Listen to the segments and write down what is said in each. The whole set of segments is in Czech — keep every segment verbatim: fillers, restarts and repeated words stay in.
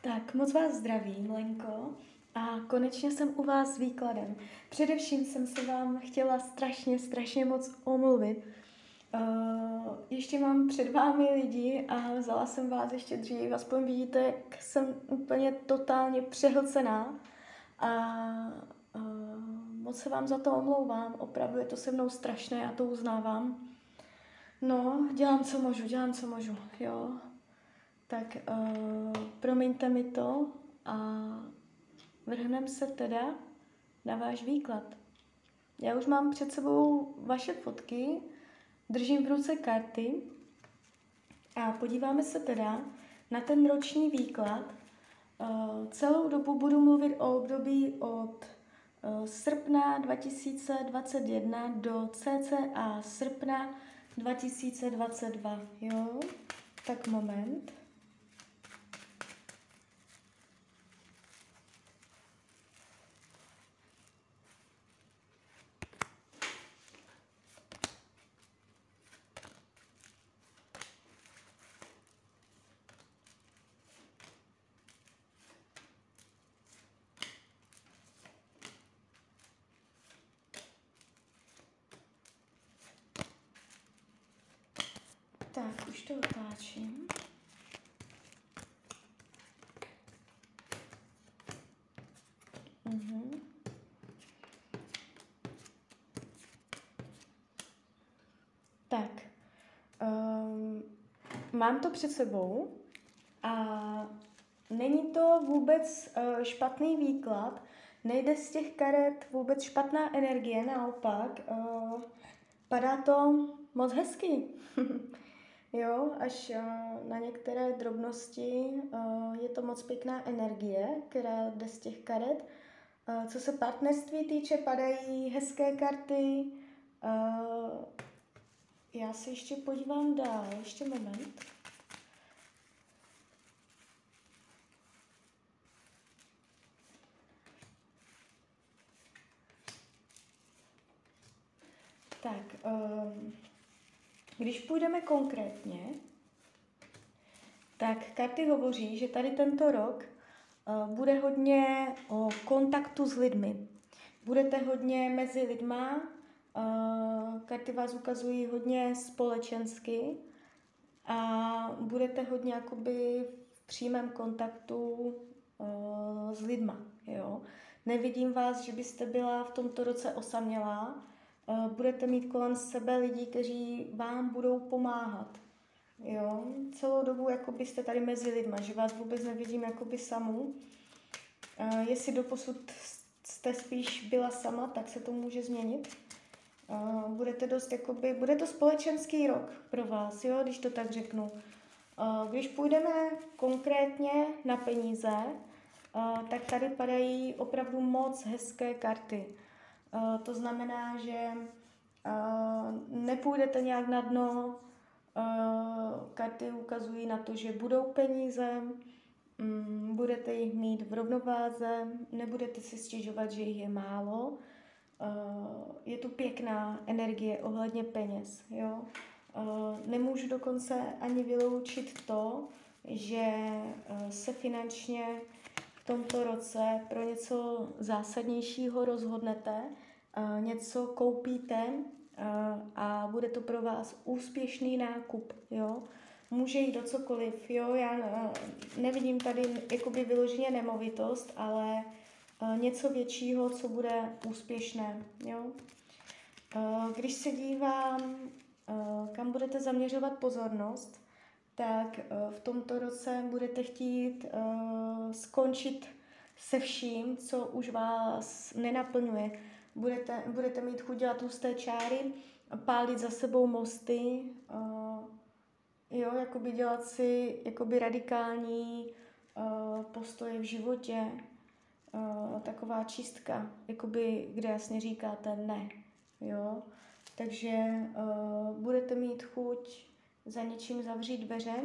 Tak, moc vás zdravím, Lenko. A konečně jsem u vás s výkladem. Především jsem se vám chtěla strašně, strašně moc omluvit. Uh, ještě mám před vámi lidi a vzala jsem vás ještě dřív. Aspoň vidíte, jak jsem úplně totálně přehlcená. A uh, moc se vám za to omlouvám. Opravdu je to se mnou strašné, já to uznávám. No, dělám, co můžu, dělám, co můžu, jo. Tak uh, promiňte mi to a vrhneme se teda na váš výklad. Já už mám před sebou vaše fotky, držím v ruce karty a podíváme se teda na ten roční výklad. Uh, celou dobu budu mluvit o období od uh, srpna dva tisíce dvacet jedna do cca srpna dva tisíce dvacet dva, jo? Tak moment. Tak, už to otáčím. Mhm. Tak, um, mám to před sebou a není to vůbec uh, špatný výklad, nejde z těch karet vůbec špatná energie, naopak, uh, padá to moc hezky. Jo, až uh, na některé drobnosti uh, je to moc pěkná energie, která jde z těch karet. Uh, co se partnerství týče, padají hezké karty. Uh, já se ještě podívám dál, ještě moment. Tak, um, když půjdeme konkrétně, tak karty hovoří, že tady tento rok uh, bude hodně o kontaktu s lidmi. Budete hodně mezi lidma, uh, karty vás ukazují hodně společensky a budete hodně jakoby v přímém kontaktu uh, s lidma. Jo? Nevidím vás, že byste byla v tomto roce osamělá. Uh, budete mít kolem sebe lidi, kteří vám budou pomáhat. Jo? Celou dobu jakoby jste tady mezi lidma, že vás vůbec nevidím jakoby samu. Uh, jestli doposud jste spíš byla sama, tak se to může změnit. Uh, budete dost jakoby, bude to společenský rok pro vás, jo, když to tak řeknu. Uh, když půjdeme konkrétně na peníze, uh, tak tady padají opravdu moc hezké karty. Uh, to znamená, že uh, nepůjdete nějak na dno, uh, karty ukazují na to, že budou peníze, um, budete jich mít v rovnováze, nebudete si stěžovat, že jich je málo. Uh, je tu pěkná energie ohledně peněz. Jo? Uh, nemůžu dokonce ani vyloučit to, že uh, se finančně v tomto roce pro něco zásadnějšího rozhodnete, uh, něco koupíte uh, a bude to pro vás úspěšný nákup. Jo? Může jít do cokoliv. Jo? Já uh, nevidím tady jakoby vyloženě nemovitost, ale něco většího, co bude úspěšné. Jo? Když se dívám, kam budete zaměřovat pozornost, tak v tomto roce budete chtít skončit se vším, co už vás nenaplňuje. Budete, budete mít chuť dělat tlusté čáry, pálit za sebou mosty, jo, jakoby dělat si jakoby radikální postoje v životě. Uh, taková čistka, jakoby, kde jasně říkáte ne, jo. Takže uh, budete mít chuť za něčím zavřít dveře.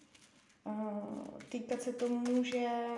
Uh, týkat se to může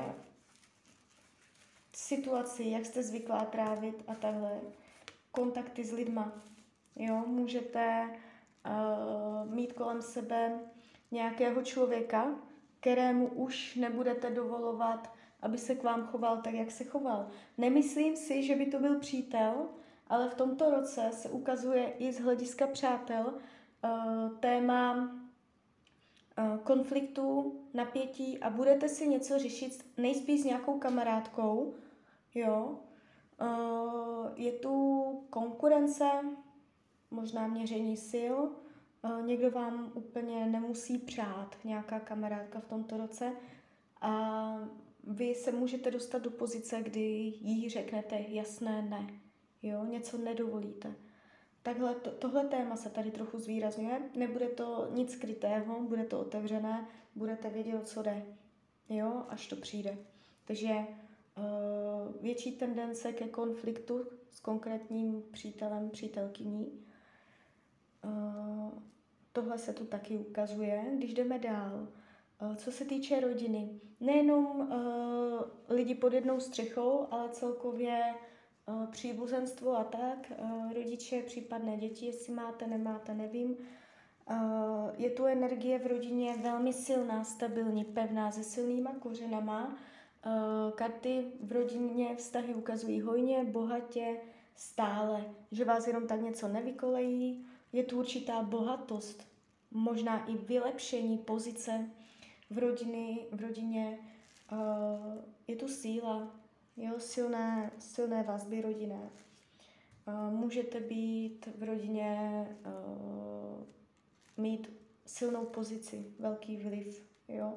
situaci, jak jste zvyklá trávit a takhle. Kontakty s lidma, jo. Můžete uh, mít kolem sebe nějakého člověka, kterému už nebudete dovolovat, aby se k vám choval tak, jak se choval. Nemyslím si, že by to byl přítel, ale v tomto roce se ukazuje i z hlediska přátel uh, téma uh, konfliktů, napětí a budete si něco řešit nejspíš s nějakou kamarádkou. Jo? Uh, je tu konkurence, možná měření sil, uh, někdo vám úplně nemusí přát, nějaká kamarádka v tomto roce a vy se můžete dostat do pozice, kdy jí řeknete jasné ne, jo, něco nedovolíte. Takhle to, tohle téma se tady trochu zvýrazňuje, nebude to nic skrytého, bude to otevřené, budete vědět, o co jde, jo, až to přijde. Takže uh, větší tendence ke konfliktu s konkrétním přítelem, přítelkyní. Uh, tohle se tu taky ukazuje. Když jdeme dál, uh, co se týče rodiny, nejenom uh, lidi pod jednou střechou, ale celkově uh, příbuzenstvo a tak, uh, rodiče, případné děti, jestli máte, nemáte, nevím. Uh, je tu energie v rodině velmi silná, stabilní, pevná, se silnýma kořenama. Uh, karty v rodině vztahy ukazují hojně, bohatě, stále, že vás jenom tak něco nevykolejí. Je tu určitá bohatost, možná i vylepšení pozice v, rodiny, v rodině. Uh, je tu síla, jo, silné, silné vazby rodinné. Uh, můžete být v rodině, uh, mít silnou pozici, velký vliv. Jo.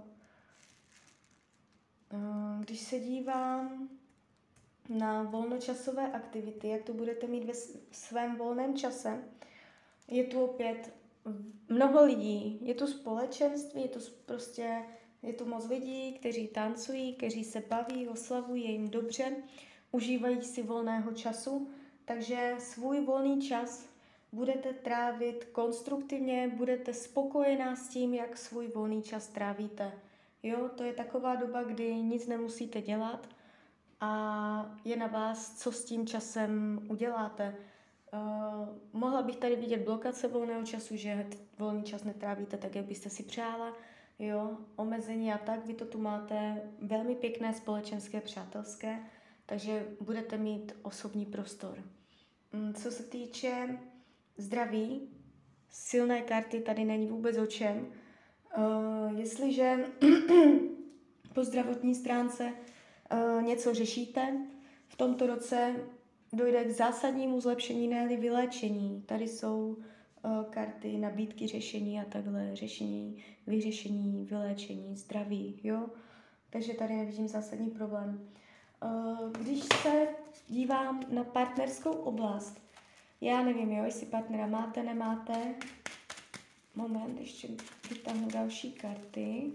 Uh, když se dívám na volnočasové aktivity, jak to budete mít ve svém volném čase, je tu opět mnoho lidí, je tu společenství, je tu prostě, je tu moc lidí, kteří tancují, kteří se baví, oslavují, je jim dobře, užívají si volného času, takže svůj volný čas budete trávit konstruktivně, budete spokojená s tím, jak svůj volný čas trávíte. Jo, to je taková doba, kdy nic nemusíte dělat a je na vás, co s tím časem uděláte. Uh, mohla bych tady vidět blokace volného času, že volný čas netrávíte tak, jak byste si přála, jo, omezení a tak, vy to tu máte velmi pěkné, společenské, přátelské, takže budete mít osobní prostor. Um, co se týče zdraví, silné karty tady není vůbec o čem. Uh, jestliže po zdravotní stránce uh, něco řešíte, v tomto roce dojde k zásadnímu zlepšení, ne-li vyléčení. Tady jsou uh, karty, nabídky řešení a takhle, řešení, vyřešení, vyléčení, zdraví, jo. Takže tady nevidím zásadní problém. Uh, když se dívám na partnerskou oblast, já nevím, jo, jestli partnera máte, nemáte. Moment, ještě vytáhnu další karty.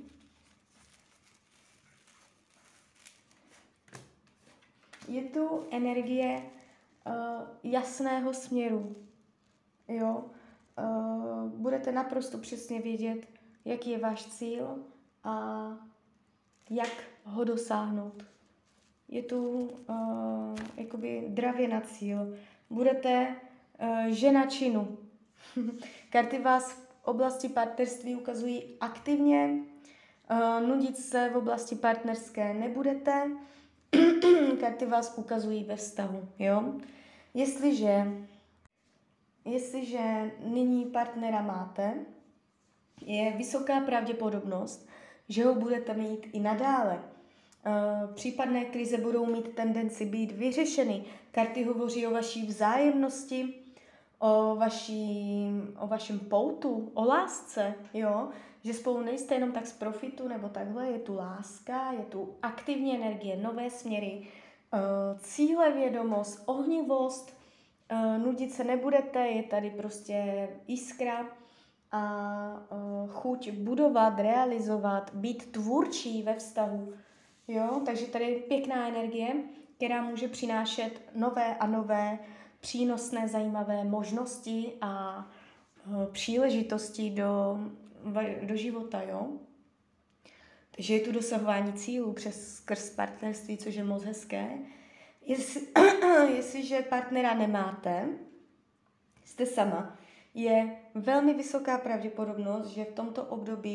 Je tu energie uh, jasného směru. Jo? Uh, budete naprosto přesně vědět, jaký je váš cíl a jak ho dosáhnout. Je tu uh, jakoby dravě na cíl. Budete uh, žena činu. Karty vás v oblasti partnerství ukazují aktivně. Uh, nudit se v oblasti partnerské nebudete. Karty vás ukazují ve vztahu, jo. Jestliže, jestliže nyní partnera máte, je vysoká pravděpodobnost, že ho budete mít i nadále. Uh, případné krize budou mít tendenci být vyřešeny. Karty hovoří o vaší vzájemnosti, o, vaší, o vašem poutu, o lásce, jo, že spolu nejste jenom tak z profitu nebo takhle, je tu láska, je tu aktivní energie, nové směry, uh, cílevědomost, ohnivost, uh, nudit se nebudete, je tady prostě jiskra a uh, chuť budovat, realizovat, být tvůrčí ve vztahu, jo, takže tady je pěkná energie, která může přinášet nové a nové přínosné, zajímavé možnosti a uh, příležitosti do, do života, jo. Takže je tu dosahování cílů přes skrz partnerství, což je moc hezké. Jestli, jestliže partnera nemáte, jste sama, je velmi vysoká pravděpodobnost, že v tomto období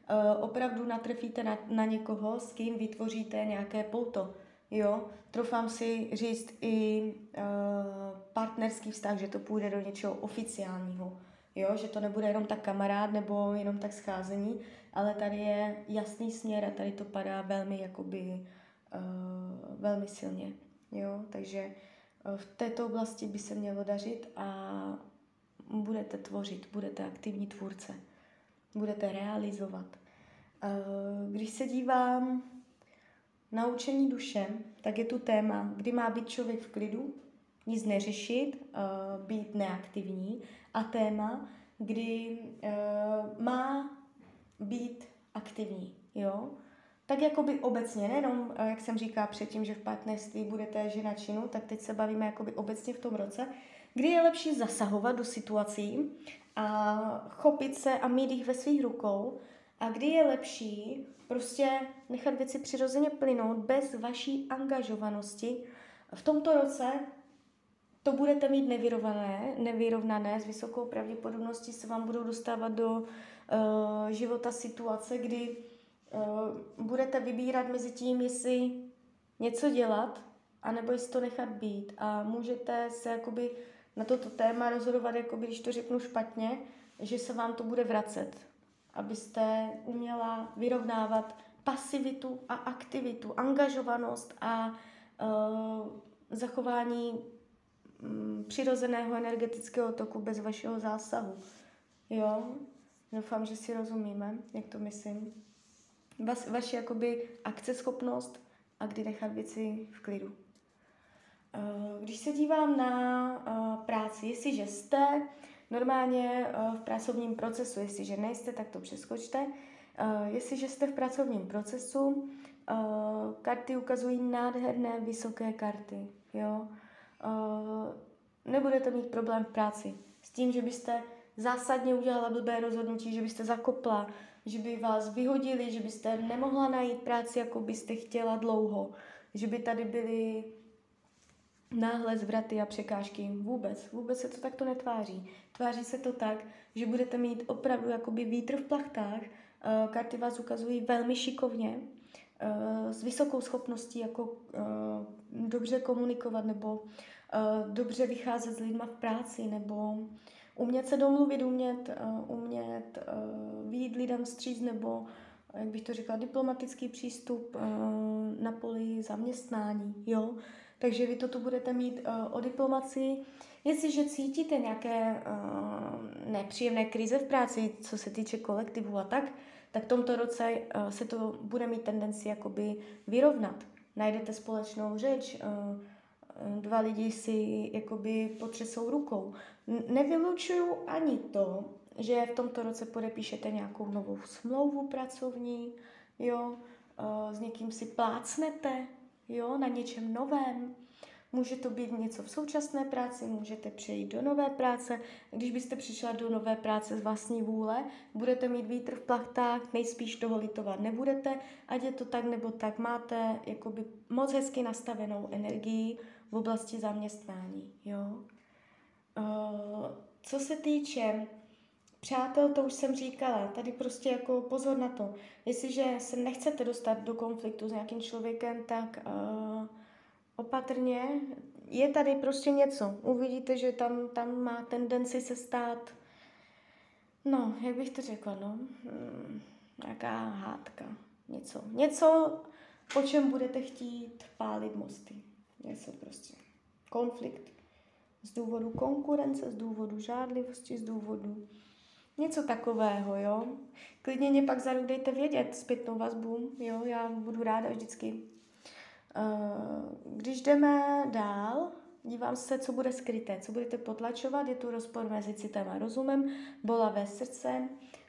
uh, opravdu natrefíte na, na někoho, s kým vytvoříte nějaké pouto. Jo, troufám si říct i uh, partnerský vztah, že to půjde do něčeho oficiálního. Jo, že to nebude jenom tak kamarád nebo jenom tak scházení, ale tady je jasný směr a tady to padá velmi jakoby uh, velmi silně. Jo, takže uh, v této oblasti by se mělo dařit a budete tvořit, budete aktivní tvůrce, budete realizovat. Uh, když se dívám na učení duše, tak je tu téma, kdy má být člověk v klidu, nic neřešit, uh, být neaktivní, a téma, kdy uh, má být aktivní, jo. Tak jakoby obecně, nejenom, jak jsem říkala předtím, že v partnerství budete žena činu, tak teď se bavíme jakoby obecně v tom roce, kdy je lepší zasahovat do situací a chopit se a mít jich ve svých rukou, a kdy je lepší prostě nechat věci přirozeně plynout bez vaší angažovanosti. V tomto roce to budete mít nevyrovnané, nevyrovnané, s vysokou pravděpodobností se vám budou dostávat do uh, života situace, kdy uh, budete vybírat mezi tím, jestli něco dělat, anebo jestli to nechat být. A můžete se jakoby na toto téma rozhodovat, jakoby, když to řeknu špatně, že se vám to bude vracet. Abyste uměla vyrovnávat pasivitu a aktivitu, angažovanost a uh, zachování um, přirozeného energetického toku bez vašeho zásahu. Jo? Doufám, že si rozumíme, jak to myslím. Vas, vaše jakoby akceschopnost a kdy nechat věci v klidu. Uh, když se dívám na uh, práci, jestliže jste normálně uh, v pracovním procesu, jestliže nejste, tak to přeskočte. Uh, jestliže jste v pracovním procesu, uh, karty ukazují nádherné vysoké karty. Jo? Uh, nebudete mít problém v práci s tím, že byste zásadně udělala blbé rozhodnutí, že byste zakopla, že by vás vyhodili, že byste nemohla najít práci, jako byste chtěla dlouho, že by tady byly náhle zvraty a překážky. Vůbec, vůbec se to takto netváří. Tváří se to tak, že budete mít opravdu jakoby vítr v plachtách. Karty vás ukazují velmi šikovně, s vysokou schopností jako dobře komunikovat nebo dobře vycházet s lidma v práci nebo umět se domluvit, umět, umět vyjít lidem vstříc nebo, jak bych to řekla, diplomatický přístup na poli zaměstnání. Jo? Takže vy to tu budete mít uh, o diplomacii. Jestliže cítíte nějaké uh, nepříjemné krize v práci, co se týče kolektivu a tak, tak v tomto roce uh, se to bude mít tendenci jakoby vyrovnat. Najdete společnou řeč, uh, dva lidi si jakoby potřesou rukou. N- nevylučuju ani to, že v tomto roce podepíšete nějakou novou smlouvu pracovní, jo, uh, s někým si plácnete, jo, na něčem novém. Může to být něco v současné práci, můžete přejít do nové práce. Když byste přišla do nové práce z vlastní vůle, budete mít vítr v plachtách, nejspíš toho litovat nebudete, ať je to tak nebo tak, máte jakoby moc hezky nastavenou energii v oblasti zaměstnání. Jo. Uh, co se týče přátel, to už jsem říkala, tady prostě jako pozor na to. Jestliže se nechcete dostat do konfliktu s nějakým člověkem, tak uh, opatrně, je tady prostě něco. Uvidíte, že tam, tam má tendenci se stát, no, jak bych to řekla, no, hmm, nějaká hádka, něco. Něco, po čem budete chtít pálit mosty. Něco prostě. Konflikt. Z důvodu konkurence, z důvodu žádlivosti, z důvodu něco takového, jo. Klidně mě pak za rok dejte vědět zpětnou vazbu, jo, já budu ráda vždycky. Když jdeme dál, dívám se, co bude skryté, co budete potlačovat, je tu rozpor mezi citem a rozumem, bolavé srdce,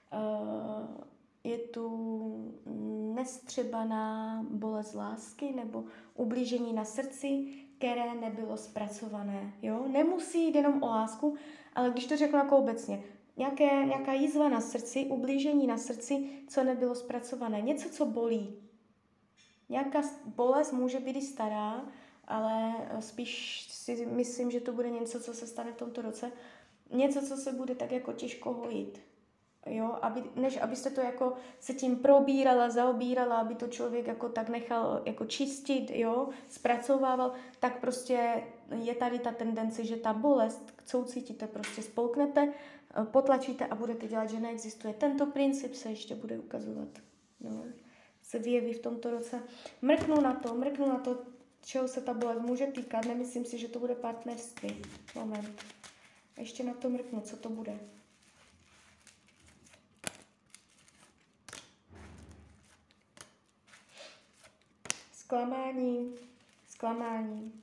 je tu nestřebaná bolest lásky nebo ublížení na srdci, které nebylo zpracované, jo. Nemusí jít jenom o lásku, ale když to řeknu jako obecně, Nějaké, nějaká jízva na srdci, ublížení na srdci, co nebylo zpracované. Něco, co bolí. Nějaká bolest může být i stará, ale spíš si myslím, že to bude něco, co se stane v tomto roce. Něco, co se bude tak jako těžko hojit. Jo, aby, než abyste to jako se tím probírala, zaobírala, aby to člověk jako tak nechal jako čistit, jo, zpracovával, tak prostě je tady ta tendence, že ta bolest, co ucítíte, prostě spolknete, potlačíte a budete dělat, že neexistuje. Tento princip se ještě bude ukazovat. No, se vyjeví v tomto roce. Mrknu na to, mrknu na to, čeho se ta bolest může týkat. Nemyslím si, že to bude partnerství. Moment. Ještě na to mrknu, co to bude. Zklamání, zklamání.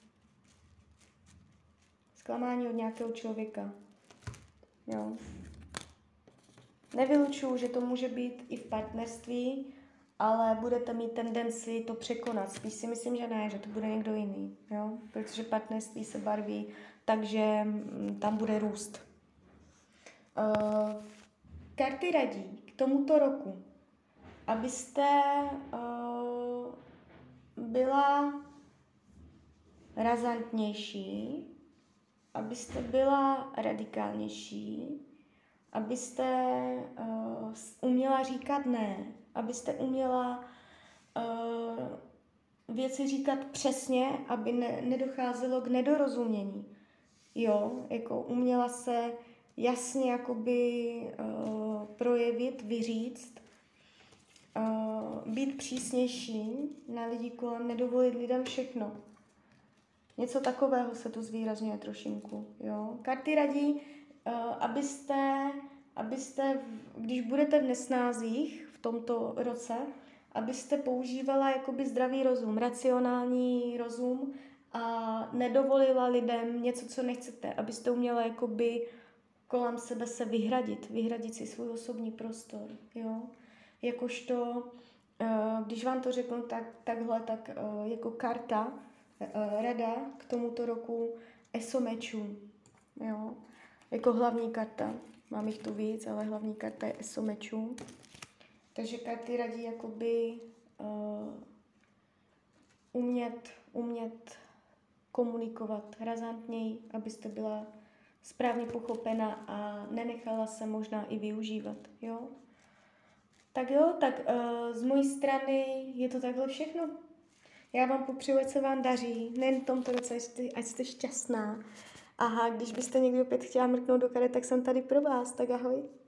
Zklamání od nějakého člověka. Jo. Nevylučuju, že to může být i v partnerství, ale budete mít tendenci to překonat. Spíš si myslím, že ne, že to bude někdo jiný. Jo? Protože partnerství se barví, takže tam bude růst. Uh, karty radí k tomuto roku, abyste uh, byla razantnější, abyste byla radikálnější, abyste uh, uměla říkat ne, abyste uměla uh, věci říkat přesně, aby ne, nedocházelo k nedorozumění. Jo, jako uměla se jasně jakoby uh, projevit, vyříct, uh, být přísnější na lidi kolem, nedovolit lidem všechno. Něco takového se tu zvýrazňuje trošinku. Jo. Karty radí, uh, abyste, abyste, když budete v nesnázích v tomto roce, abyste používala jakoby zdravý rozum, racionální rozum a nedovolila lidem něco, co nechcete, abyste uměla jakoby kolem sebe se vyhradit, vyhradit si svůj osobní prostor. Jo. Jakožto, uh, když vám to řeknu tak, takhle, tak uh, jako karta, rada k tomuto roku eso mečů, jo, jako hlavní karta. Mám jich tu víc, ale hlavní karta je eso mečů. Takže karty radí jakoby uh, umět, umět komunikovat razantněji, abyste byla správně pochopena a nenechala se možná i využívat, jo. Tak jo, tak uh, z mojí strany je to takhle všechno. Já vám popřeju, ať se vám daří, nejen v tomto roce, ať jste, ať jste šťastná. Aha, když byste někdy opět chtěla mrknout do karet, tak jsem tady pro vás, tak ahoj.